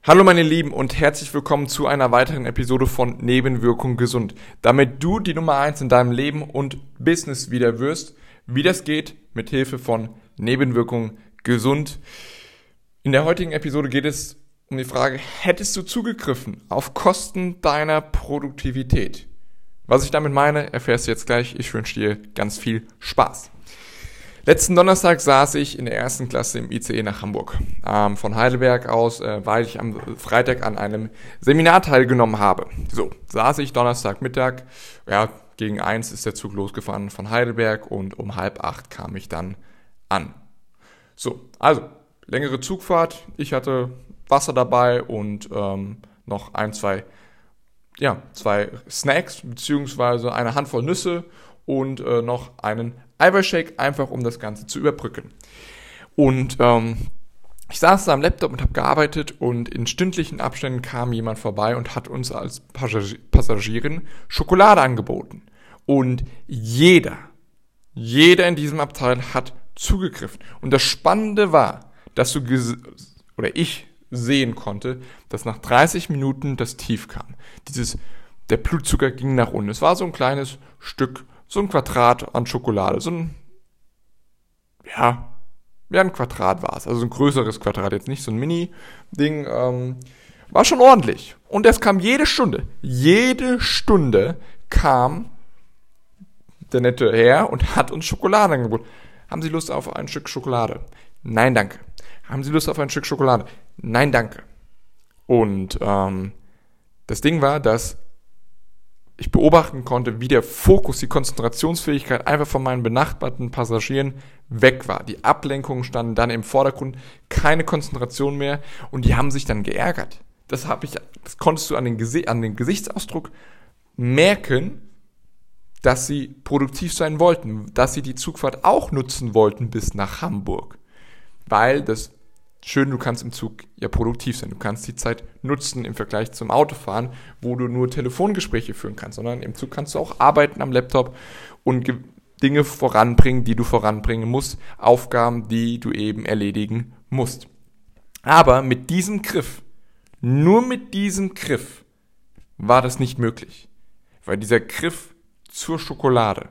Hallo meine Lieben und herzlich willkommen zu einer weiteren Episode von Nebenwirkung gesund. Damit du die Nummer 1 in deinem Leben und Business wieder wirst, wie das geht, mit Hilfe von Nebenwirkung gesund. In der heutigen Episode geht es um die Frage, hättest du zugegriffen auf Kosten deiner Produktivität? Was ich damit meine, erfährst du jetzt gleich. Ich wünsche dir ganz viel Spaß. Letzten Donnerstag saß ich in der 1. Klasse im ICE nach Hamburg. Von Heidelberg aus, weil ich am Freitag an einem Seminar teilgenommen habe. So, saß ich Donnerstagmittag, gegen 1 ist der Zug losgefahren von Heidelberg und um 7:30 kam ich dann an. So, also, längere Zugfahrt, ich hatte Wasser dabei und noch zwei Snacks, beziehungsweise eine Handvoll Nüsse und noch einen Eiweißshake, einfach um das Ganze zu überbrücken. Und ich saß da am Laptop und habe gearbeitet und in stündlichen Abständen kam jemand vorbei und hat uns als Passagieren Schokolade angeboten. Und jeder in diesem Abteil hat zugegriffen. Und das Spannende war, dass ich sehen konnte, dass nach 30 Minuten das Tief kam. Der Blutzucker ging nach unten. Es war so ein kleines Stück, so ein Quadrat an Schokolade. Ein Quadrat war es. Also ein größeres Quadrat, jetzt nicht so ein Mini-Ding. War schon ordentlich. Und das kam jede Stunde. Jede Stunde kam der nette Herr und hat uns Schokolade angeboten. Haben Sie Lust auf ein Stück Schokolade? Nein, danke. Haben Sie Lust auf ein Stück Schokolade? Nein, danke. Und das Ding war, dass ich beobachten konnte, wie der Fokus, die Konzentrationsfähigkeit einfach von meinen benachbarten Passagieren weg war. Die Ablenkungen standen dann im Vordergrund, keine Konzentration mehr und die haben sich dann geärgert. Das konntest du an den Gesichtsausdruck merken, dass sie produktiv sein wollten, dass sie die Zugfahrt auch nutzen wollten bis nach Hamburg. Weil du kannst im Zug ja produktiv sein. Du kannst die Zeit nutzen im Vergleich zum Autofahren, wo du nur Telefongespräche führen kannst, sondern im Zug kannst du auch arbeiten am Laptop und Dinge voranbringen, die du voranbringen musst, Aufgaben, die du eben erledigen musst. Aber mit diesem Griff, nur mit diesem Griff, war das nicht möglich. Weil dieser Griff zur Schokolade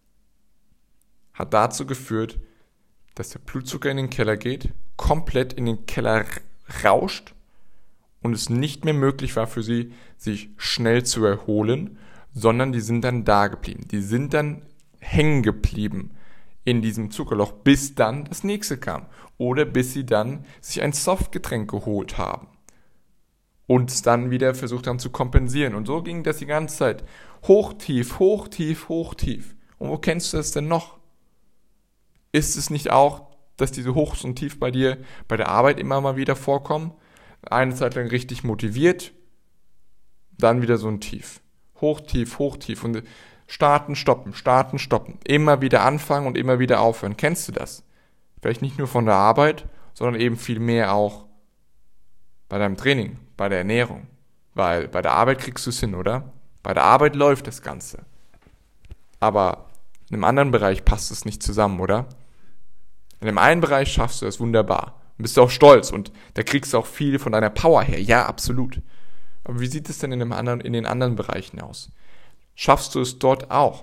hat dazu geführt, dass der Blutzucker in den Keller geht, komplett in den Keller rauscht und es nicht mehr möglich war für sie, sich schnell zu erholen, sondern die sind dann da geblieben. Die sind dann hängen geblieben in diesem Zuckerloch, bis dann das nächste kam. Oder bis sie dann sich ein Softgetränk geholt haben und es dann wieder versucht haben zu kompensieren. Und so ging das die ganze Zeit. Hoch, tief, hoch, tief, hoch, tief. Und wo kennst du das denn noch? Ist es nicht auch, dass diese Hochs und Tiefs bei dir bei der Arbeit immer mal wieder vorkommen? Eine Zeit lang richtig motiviert, dann wieder so ein Tief. Hoch, tief, hoch, tief. Und starten, stoppen. Immer wieder anfangen und immer wieder aufhören. Kennst du das? Vielleicht nicht nur von der Arbeit, sondern eben viel mehr auch bei deinem Training, bei der Ernährung. Weil bei der Arbeit kriegst du es hin, oder? Bei der Arbeit läuft das Ganze. Aber in einem anderen Bereich passt es nicht zusammen, oder? In dem einen Bereich schaffst du es wunderbar und bist auch stolz und da kriegst du auch viel von deiner Power her. Ja, absolut. Aber wie sieht es denn in den anderen Bereichen aus? Schaffst du es dort auch,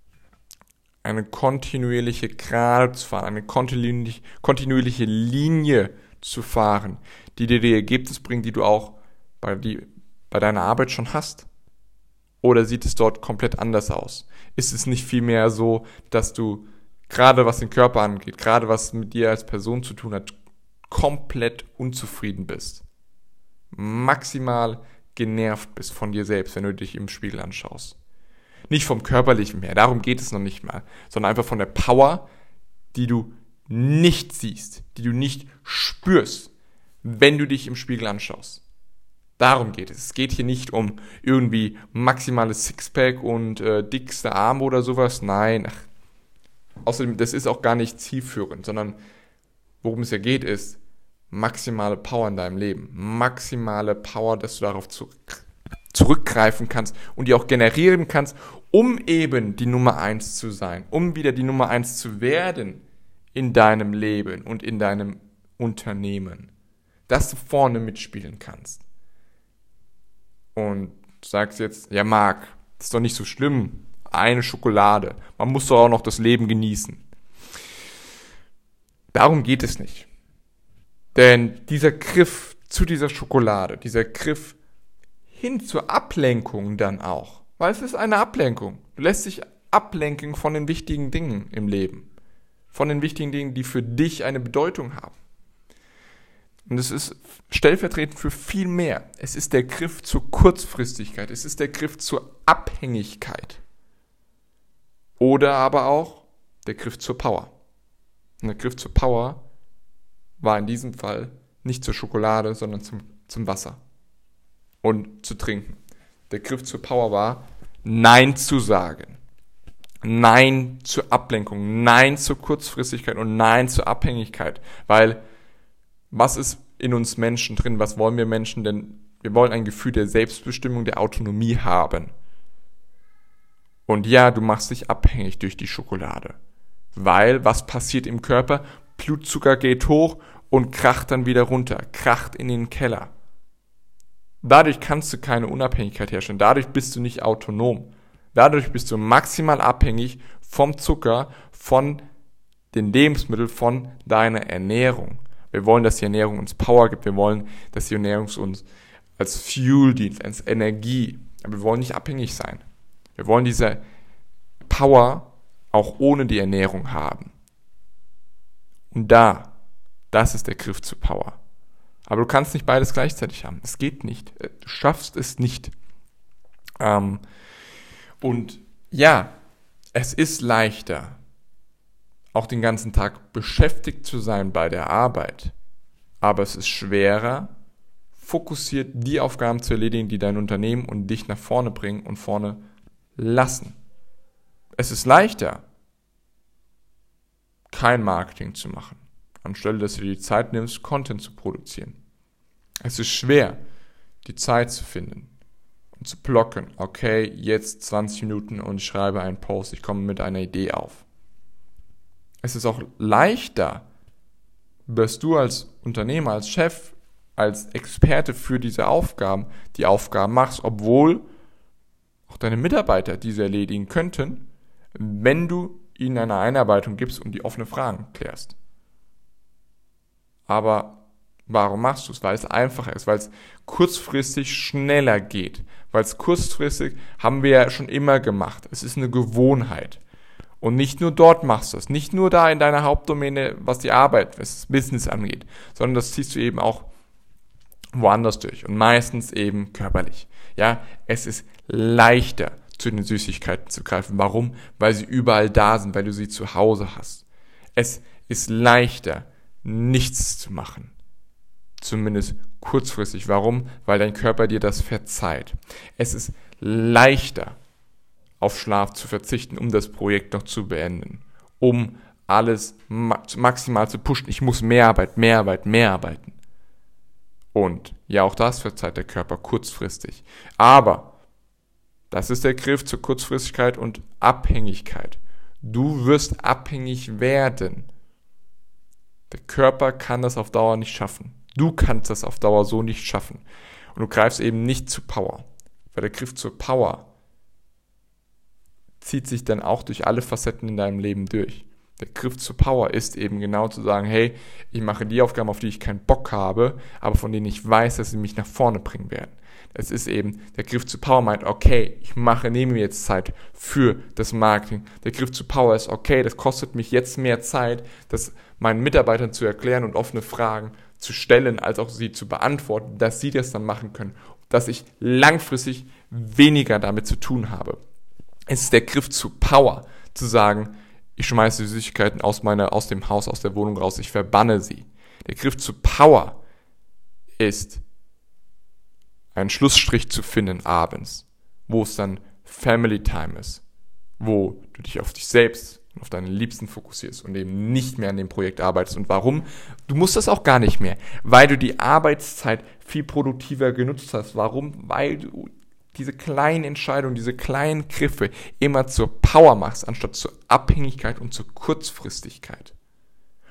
eine kontinuierliche Gerade zu fahren, eine kontinuierliche Linie zu fahren, die dir die Ergebnisse bringt, die du auch bei deiner Arbeit schon hast? Oder sieht es dort komplett anders aus? Ist es nicht vielmehr so, dass du gerade was den Körper angeht, gerade was mit dir als Person zu tun hat, komplett unzufrieden bist? Maximal genervt bist von dir selbst, wenn du dich im Spiegel anschaust. Nicht vom Körperlichen her, darum geht es noch nicht mal, sondern einfach von der Power, die du nicht siehst, die du nicht spürst, wenn du dich im Spiegel anschaust. Darum geht es. Es geht hier nicht um irgendwie maximales Sixpack und dickste Arme oder sowas. Nein. Außerdem, das ist auch gar nicht zielführend, sondern worum es ja geht, ist maximale Power in deinem Leben. Maximale Power, dass du darauf zurückgreifen kannst und die auch generieren kannst, um eben die Nummer 1 zu sein, um wieder die Nummer 1 zu werden in deinem Leben und in deinem Unternehmen. dass du vorne mitspielen kannst. Und du sagst jetzt, ja Marc, das ist doch nicht so schlimm, eine Schokolade, man muss doch auch noch das Leben genießen. Darum geht es nicht. Denn dieser Griff zu dieser Schokolade, dieser Griff hin zur Ablenkung dann auch, weil es ist eine Ablenkung. Du lässt dich ablenken von den wichtigen Dingen im Leben, von den wichtigen Dingen, die für dich eine Bedeutung haben. Und es ist stellvertretend für viel mehr. Es ist der Griff zur Kurzfristigkeit, es ist der Griff zur Abhängigkeit. Oder aber auch der Griff zur Power. Und der Griff zur Power war in diesem Fall nicht zur Schokolade, sondern zum Wasser und zu trinken. Der Griff zur Power war, Nein zu sagen. Nein zur Ablenkung, Nein zur Kurzfristigkeit und Nein zur Abhängigkeit. Weil, was ist in uns Menschen drin? Was wollen wir Menschen denn? Wir wollen ein Gefühl der Selbstbestimmung, der Autonomie haben. Und ja, du machst dich abhängig durch die Schokolade. Weil, was passiert im Körper? Blutzucker geht hoch und kracht dann wieder runter, kracht in den Keller. Dadurch kannst du keine Unabhängigkeit herstellen, dadurch bist du nicht autonom. Dadurch bist du maximal abhängig vom Zucker, von den Lebensmitteln, von deiner Ernährung. Wir wollen, dass die Ernährung uns Power gibt, wir wollen, dass die Ernährung uns als Fuel dient, als Energie. Aber wir wollen nicht abhängig sein. Wir wollen diese Power auch ohne die Ernährung haben. Und das ist der Griff zur Power. Aber du kannst nicht beides gleichzeitig haben. Es geht nicht. Du schaffst es nicht. Und ja, es ist leichter, auch den ganzen Tag beschäftigt zu sein bei der Arbeit. Aber es ist schwerer, fokussiert die Aufgaben zu erledigen, die dein Unternehmen und dich nach vorne bringen und vorne lassen. Es ist leichter, kein Marketing zu machen, anstelle dass du dir die Zeit nimmst, Content zu produzieren. Es ist schwer, die Zeit zu finden und zu blocken. Okay, jetzt 20 Minuten und ich schreibe einen Post, ich komme mit einer Idee auf. Es ist auch leichter, dass du als Unternehmer, als Chef, als Experte für diese Aufgaben die Aufgaben machst, obwohl auch deine Mitarbeiter diese erledigen könnten, wenn du ihnen eine Einarbeitung gibst und die offenen Fragen klärst. Aber warum machst du es? Weil es einfacher ist, weil es kurzfristig schneller geht. Weil es kurzfristig haben wir ja schon immer gemacht. Es ist eine Gewohnheit. Und nicht nur dort machst du es, nicht nur da in deiner Hauptdomäne, was die Arbeit, was das Business angeht, sondern das ziehst du eben auch woanders durch und meistens eben körperlich. Ja, es ist leichter, zu den Süßigkeiten zu greifen. Warum? Weil sie überall da sind, weil du sie zu Hause hast. Es ist leichter, nichts zu machen. Zumindest kurzfristig. Warum? Weil dein Körper dir das verzeiht. Es ist leichter, auf Schlaf zu verzichten, um das Projekt noch zu beenden. Um alles maximal zu pushen. Ich muss mehr arbeiten. Und ja, auch das verzeiht der Körper kurzfristig. Aber das ist der Griff zur Kurzfristigkeit und Abhängigkeit. Du wirst abhängig werden. Der Körper kann das auf Dauer nicht schaffen. Du kannst das auf Dauer so nicht schaffen. Und du greifst eben nicht zu Power. Weil der Griff zur Power zieht sich dann auch durch alle Facetten in deinem Leben durch. Der Griff zur Power ist eben genau zu sagen, hey, ich mache die Aufgaben, auf die ich keinen Bock habe, aber von denen ich weiß, dass sie mich nach vorne bringen werden. Es ist eben, der Griff zu Power meint, okay, nehme mir jetzt Zeit für das Marketing. Der Griff zu Power ist, okay, das kostet mich jetzt mehr Zeit, das meinen Mitarbeitern zu erklären und offene Fragen zu stellen, als auch sie zu beantworten, dass sie das dann machen können, dass ich langfristig weniger damit zu tun habe. Es ist der Griff zu Power, zu sagen, ich schmeiße die Süßigkeiten aus dem Haus, aus der Wohnung raus, ich verbanne sie. Der Griff zu Power ist, einen Schlussstrich zu finden abends, wo es dann Family Time ist, wo du dich auf dich selbst und auf deine Liebsten fokussierst und eben nicht mehr an dem Projekt arbeitest. Und warum? Du musst das auch gar nicht mehr, weil du die Arbeitszeit viel produktiver genutzt hast. Warum? Weil du diese kleinen Entscheidungen, diese kleinen Griffe immer zur Power machst, anstatt zur Abhängigkeit und zur Kurzfristigkeit.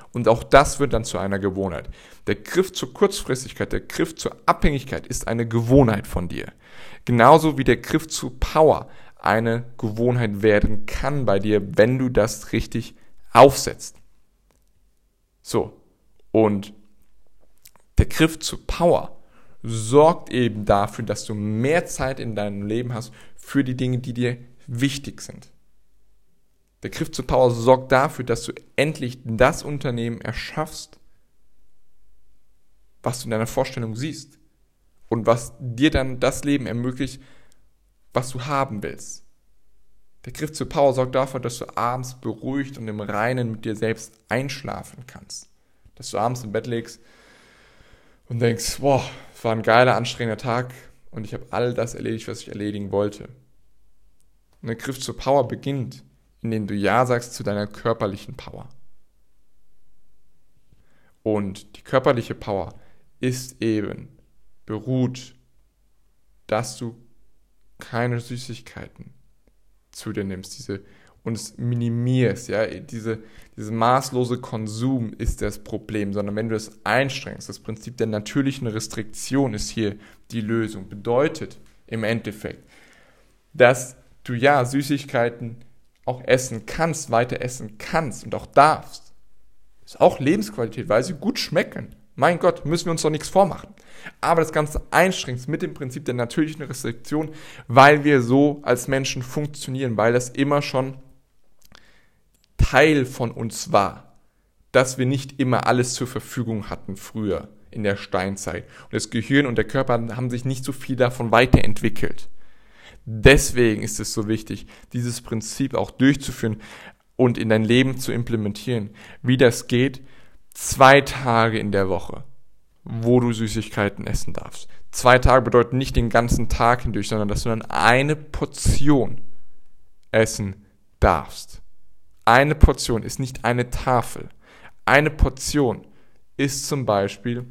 Und auch das wird dann zu einer Gewohnheit. Der Griff zur Kurzfristigkeit, der Griff zur Abhängigkeit ist eine Gewohnheit von dir. Genauso wie der Griff zu Power eine Gewohnheit werden kann bei dir, wenn du das richtig aufsetzt. So, und der Griff zu Power sorgt eben dafür, dass du mehr Zeit in deinem Leben hast für die Dinge, die dir wichtig sind. Der Griff zu Power sorgt dafür, dass du endlich das Unternehmen erschaffst, was du in deiner Vorstellung siehst und was dir dann das Leben ermöglicht, was du haben willst. Der Griff zu Power sorgt dafür, dass du abends beruhigt und im Reinen mit dir selbst einschlafen kannst. Dass du abends im Bett legst und denkst, boah, es war ein geiler, anstrengender Tag und ich habe all das erledigt, was ich erledigen wollte. Und der Griff zur Power beginnt, indem du Ja sagst zu deiner körperlichen Power. Und die körperliche Power ist eben, beruht, dass du keine Süßigkeiten zu dir nimmst, und es minimierst, ja, diese maßlose Konsum ist das Problem, sondern wenn du es einschränkst, das Prinzip der natürlichen Restriktion ist hier die Lösung, bedeutet im Endeffekt, dass du ja Süßigkeiten auch essen kannst, weiter essen kannst und auch darfst. Ist auch Lebensqualität, weil sie gut schmecken. Mein Gott, müssen wir uns doch nichts vormachen. Aber das Ganze einschränkst mit dem Prinzip der natürlichen Restriktion, weil wir so als Menschen funktionieren, weil das immer schon Teil von uns war, dass wir nicht immer alles zur Verfügung hatten früher in der Steinzeit. Und das Gehirn und der Körper haben sich nicht so viel davon weiterentwickelt. Deswegen ist es so wichtig, dieses Prinzip auch durchzuführen und in dein Leben zu implementieren. Wie das geht, 2 Tage in der Woche, wo du Süßigkeiten essen darfst. 2 Tage bedeuten nicht den ganzen Tag hindurch, sondern dass du dann eine Portion essen darfst. Eine Portion ist nicht eine Tafel. Eine Portion ist zum Beispiel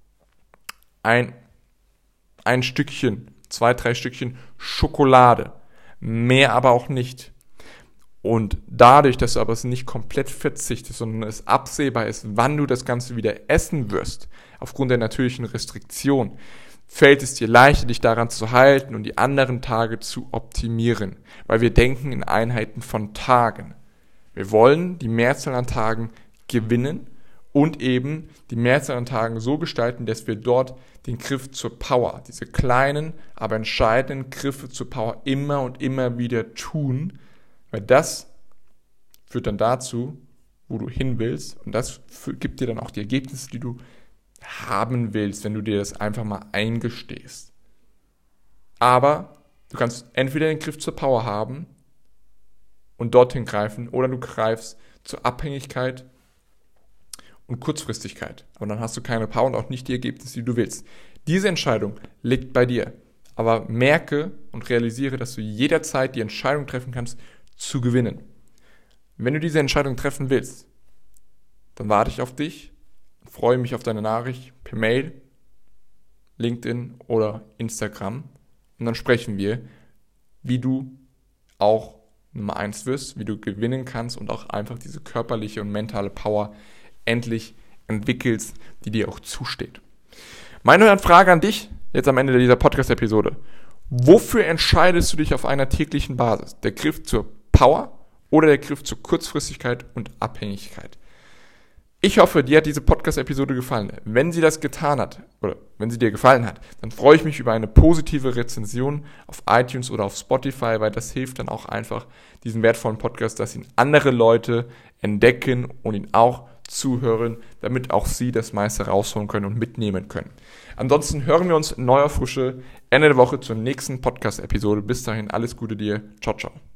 ein Stückchen, 2, 3 Stückchen Schokolade. Mehr aber auch nicht. Und dadurch, dass du aber es nicht komplett verzichtest, sondern es absehbar ist, wann du das Ganze wieder essen wirst, aufgrund der natürlichen Restriktion, fällt es dir leichter, dich daran zu halten und die anderen Tage zu optimieren. Weil wir denken in Einheiten von Tagen. Wir wollen die Mehrzahl an Tagen gewinnen und eben die Mehrzahl an Tagen so gestalten, dass wir dort den Griff zur Power, diese kleinen, aber entscheidenden Griffe zur Power immer und immer wieder tun, weil das führt dann dazu, wo du hin willst und das gibt dir dann auch die Ergebnisse, die du haben willst, wenn du dir das einfach mal eingestehst. Aber du kannst entweder den Griff zur Power haben und dorthin greifen oder du greifst zur Abhängigkeit und Kurzfristigkeit. Aber dann hast du keine Power und auch nicht die Ergebnisse, die du willst. Diese Entscheidung liegt bei dir. Aber merke und realisiere, dass du jederzeit die Entscheidung treffen kannst, zu gewinnen. Wenn du diese Entscheidung treffen willst, dann warte ich auf dich und freue mich auf deine Nachricht per Mail, LinkedIn oder Instagram. Und dann sprechen wir, wie du auch Nummer 1 wirst, wie du gewinnen kannst und auch einfach diese körperliche und mentale Power endlich entwickelst, die dir auch zusteht. Meine Frage an dich, jetzt am Ende dieser Podcast-Episode. Wofür entscheidest du dich auf einer täglichen Basis? Der Griff zur Power oder der Griff zur Kurzfristigkeit und Abhängigkeit? Ich hoffe, dir hat diese Podcast-Episode gefallen. Wenn sie das getan hat, oder wenn sie dir gefallen hat, dann freue ich mich über eine positive Rezension auf iTunes oder auf Spotify, weil das hilft dann auch einfach diesen wertvollen Podcast, dass ihn andere Leute entdecken und ihn auch zuhören, damit auch sie das meiste rausholen können und mitnehmen können. Ansonsten hören wir uns in neuer Frische Ende der Woche zur nächsten Podcast-Episode. Bis dahin, alles Gute dir. Ciao, ciao.